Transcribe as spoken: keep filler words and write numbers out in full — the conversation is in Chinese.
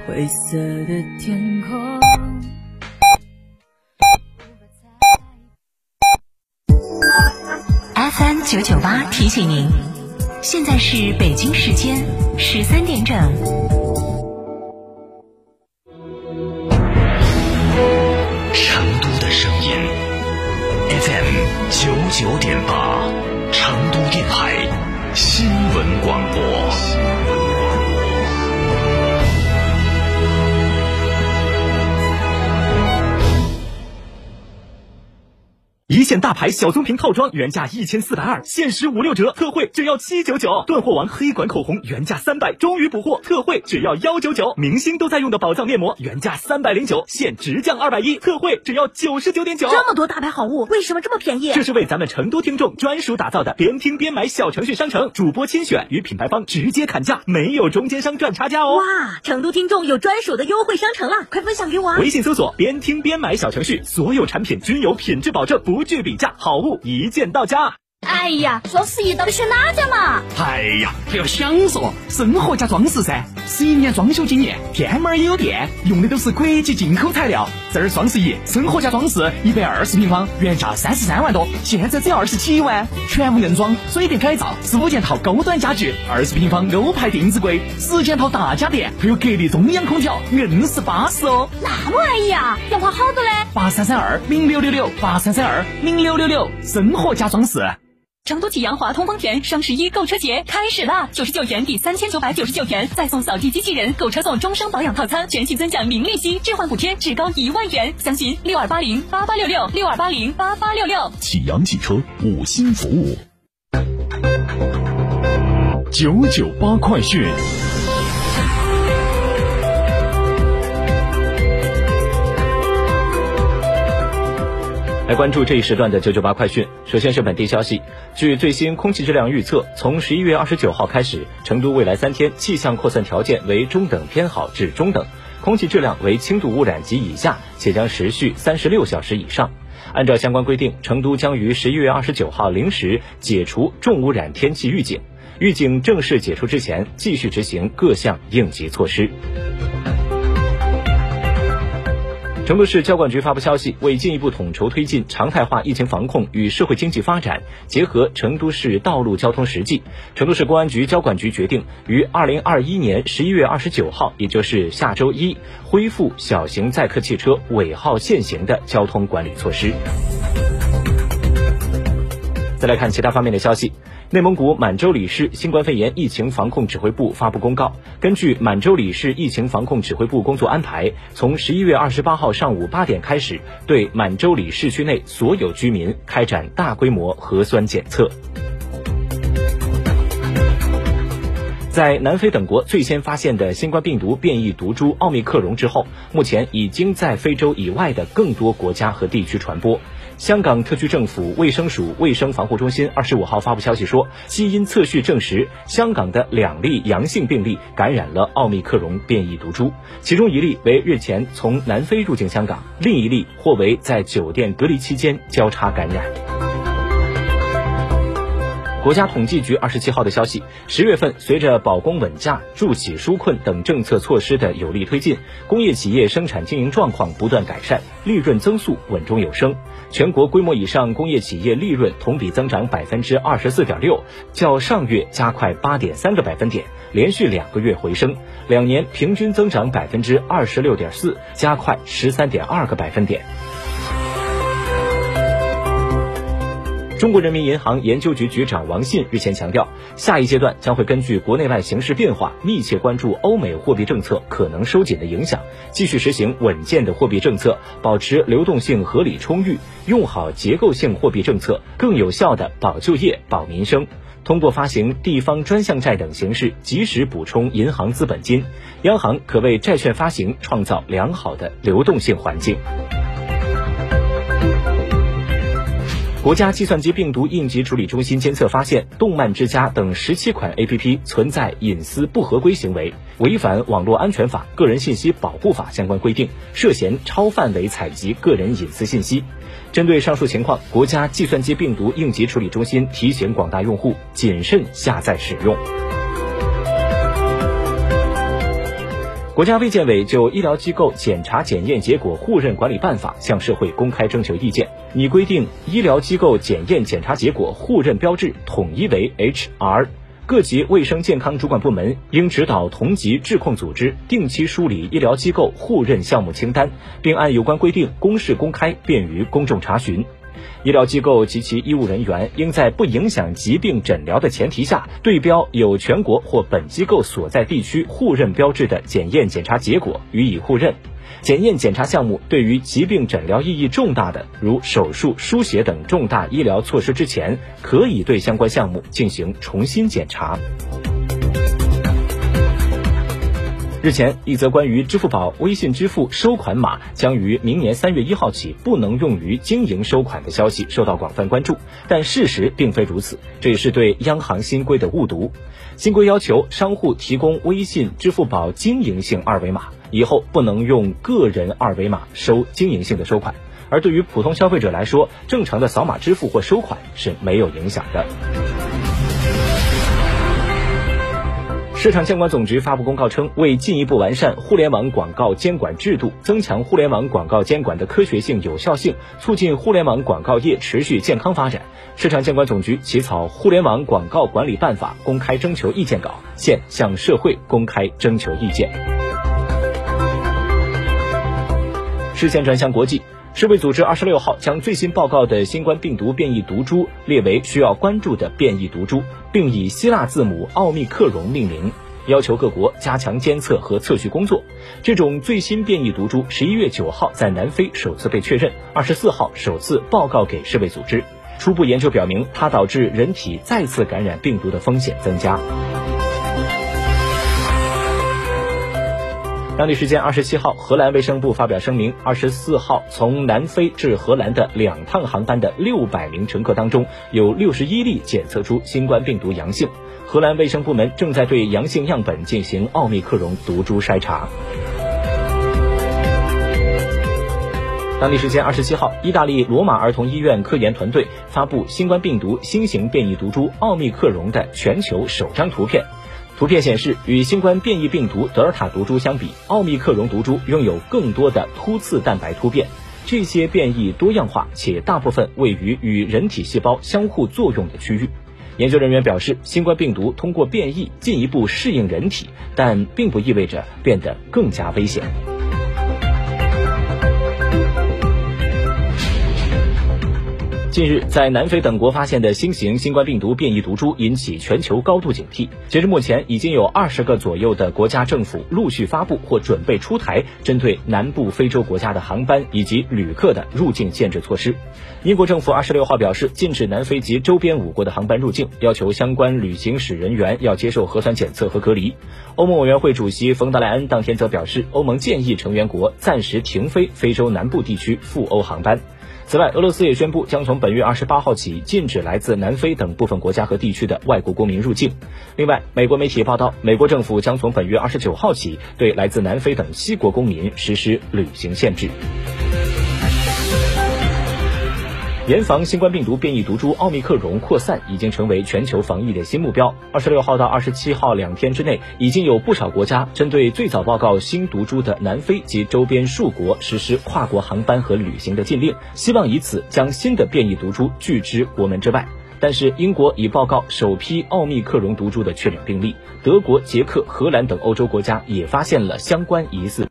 灰色的天空。 F M 九九八提醒您，现在是北京时间十三点整。 成都的声音 F M 九九点八，成都电台新闻广播。 一线大牌小棕瓶套装原价一千四百二，限时五六折，特惠只要七九九。断货王黑管口红原价三百，终于补货，特惠只要幺九九。明星都在用的宝藏面膜原价三百零九，现直降二百一，特惠只要九十九点九。 这么多大牌好物，为什么这么便宜？ 这是为咱们成都听众专属打造的边听边买小程序商城，主播亲选与品牌方直接砍价，没有中间商赚差价哦。 哇，成都听众有专属的优惠商城了，快分享给我啊！ 微信搜索边听边买小程序，所有产品均有品质保证，不惧比价，好物一键到家。 哎呀，双十一到底选哪家嘛？ 哎呀，还要享受生活家装饰噻！十一年装修经验，天猫儿也有店，用的都是国际进口材料。这儿双十一，生活家装饰一百二十平方，原价三十三万多，现在只要二十七万，全屋硬装、水电改造、四五件套高端家具，二十平方欧派定制柜，十件套大家电，还有格力中央空调，硬是巴适哦！ 那么安逸啊？要花好多嘞？ 八三三二零六六六，八三三二零六六六，生活家装饰。 成都启阳华通丰田双十一购车节开始啦！九十九元抵三千九百九十九元，再送扫地机器人，购车送终生保养套餐，全系尊享零利息，置换补贴至高一万元。详询六二八零八八六六六二八零八八六六。 启阳汽车五星服务。九九八快讯。 来关注这一时段的九九八快讯。首先是本地消息，据最新空气质量预测，从十一月二十九号开始，成都未来三天气象扩散条件为中等偏好至中等，空气质量为轻度污染及以下，且将持续三十六小时以上。按照相关规定，成都将于十一月二十九号零时解除重污染天气预警，预警正式解除之前，继续执行各项应急措施。成都市交管局发布消息，为进一步统筹推进常态化疫情防控与社会经济发展，结合成都市道路交通实际，成都市公安局交管局决定于二零二一年十一月二十九号，也就是下周一，恢复小型载客汽车尾号限行的交通管理措施。再来看其他方面的消息。内蒙古满洲里市新冠肺炎疫情防控指挥部发布公告，根据满洲里市疫情防控指挥部工作安排，从十一月二十八号上午八点开始，对满洲里市区内所有居民开展大规模核酸检测。在南非等国最先发现的新冠病毒变异毒株奥密克戎之后，目前已经在非洲以外的更多国家和地区传播。香港特区政府卫生署卫生防护中心二十五号发布消息说，基因测序证实香港的两例阳性病例感染了奥密克戎变异毒株，其中一例为日前从南非入境香港，另一例或为在酒店隔离期间交叉感染。国家统计局二十七号的消息，十月份随着保供稳价、助企纾困等政策措施的有力推进，工业企业生产经营状况不断改善，利润增速稳中有升。全国规模以上工业企业利润同比增长百分之二十四点六，较上月加快八点三个百分点，连续两个月回升，两年平均增长百分之二十六点四，加快十三点二个百分点。中国人民银行研究局局长王信日前强调，下一阶段将会根据国内外形势变化，密切关注欧美货币政策可能收紧的影响，继续实行稳健的货币政策，保持流动性合理充裕，用好结构性货币政策，更有效地保就业、保民生。通过发行地方专项债等形式，及时补充银行资本金，央行可为债券发行创造良好的流动性环境。国家计算机病毒应急处理中心监测发现，动漫之家等十七款 A P P 存在隐私不合规行为，违反网络安全法、个人信息保护法相关规定，涉嫌超范围采集个人隐私信息。针对上述情况，国家计算机病毒应急处理中心提醒广大用户谨慎下载使用。 国家卫健委就医疗机构检查检验结果互认管理办法向社会公开征求意见，拟规定医疗机构检验检查结果互认标志统一为 H R。各级卫生健康主管部门应指导同级质控组织定期梳理医疗机构互认项目清单，并按有关规定公示公开，便于公众查询。医疗机构及其医务人员应在不影响疾病诊疗的前提下，对标有全国或本机构所在地区互认标志的检验检查结果予以互认。检验检查项目对于疾病诊疗意义重大的，如手术、输血等重大医疗措施之前，可以对相关项目进行重新检查。日前，一则关于支付宝、微信支付收款码将于明年三月一号起不能用于经营收款的消息受到广泛关注，但事实并非如此，这也是对央行新规的误读。新规要求商户提供微信、支付宝经营性二维码，以后不能用个人二维码收经营性的收款，而对于普通消费者来说，正常的扫码支付或收款是没有影响的。市场监管总局发布公告称，为进一步完善互联网广告监管制度，增强互联网广告监管的科学性、有效性，促进互联网广告业持续健康发展，市场监管总局起草《互联网广告管理办法》公开征求意见稿，现向社会公开征求意见。视线转向国际，世卫组织二十六号将最新报告的新冠病毒变异毒株列为需要关注的变异毒株，并以希腊字母奥密克戎命名，要求各国加强监测和测序工作。这种最新变异毒株十一月九号在南非首次被确认，二十四号首次报告给世卫组织。初步研究表明，它导致人体再次感染病毒的风险增加。当地时间二十七号，荷兰卫生部发表声明，二十四号从南非至荷兰的两趟航班的六百名乘客当中，有六十一例检测出新冠病毒阳性。荷兰卫生部门正在对阳性样本进行奥密克戎毒株筛查。当地时间二十七号，意大利罗马儿童医院科研团队发布新冠病毒新型变异毒株奥密克戎的全球首张图片。图片显示，与新冠变异病毒德尔塔毒株相比，奥密克戎毒株拥有更多的突刺蛋白突变。这些变异多样化，且大部分位于与人体细胞相互作用的区域。研究人员表示，新冠病毒通过变异进一步适应人体，但并不意味着变得更加危险。近日，在南非等国发现的新型新冠病毒变异毒株引起全球高度警惕。截至目前，已经有二十个左右的国家政府陆续发布或准备出台针对南部非洲国家的航班以及旅客的入境限制措施。英国政府二十六号表示，禁止南非及周边五国的航班入境，要求相关旅行史人员要接受核酸检测和隔离。欧盟委员会主席冯德莱恩当天则表示，欧盟建议成员国暂时停飞非洲南部地区赴欧航班。此外，俄罗斯也宣布将从本月二十八号起禁止来自南非等部分国家和地区的外国公民入境。另外，美国媒体报道，美国政府将从本月二十九号起对来自南非等西国公民实施旅行限制。严防新冠病毒变异毒株奥密克戎扩散已经成为全球防疫的新目标。二十六号到二十七号两天之内，已经有不少国家针对最早报告新毒株的南非及周边数国实施跨国航班和旅行的禁令，希望以此将新的变异毒株拒之国门之外。但是英国已报告首批奥密克戎毒株的确诊病例，德国、捷克、荷兰等欧洲国家也发现了相关疑似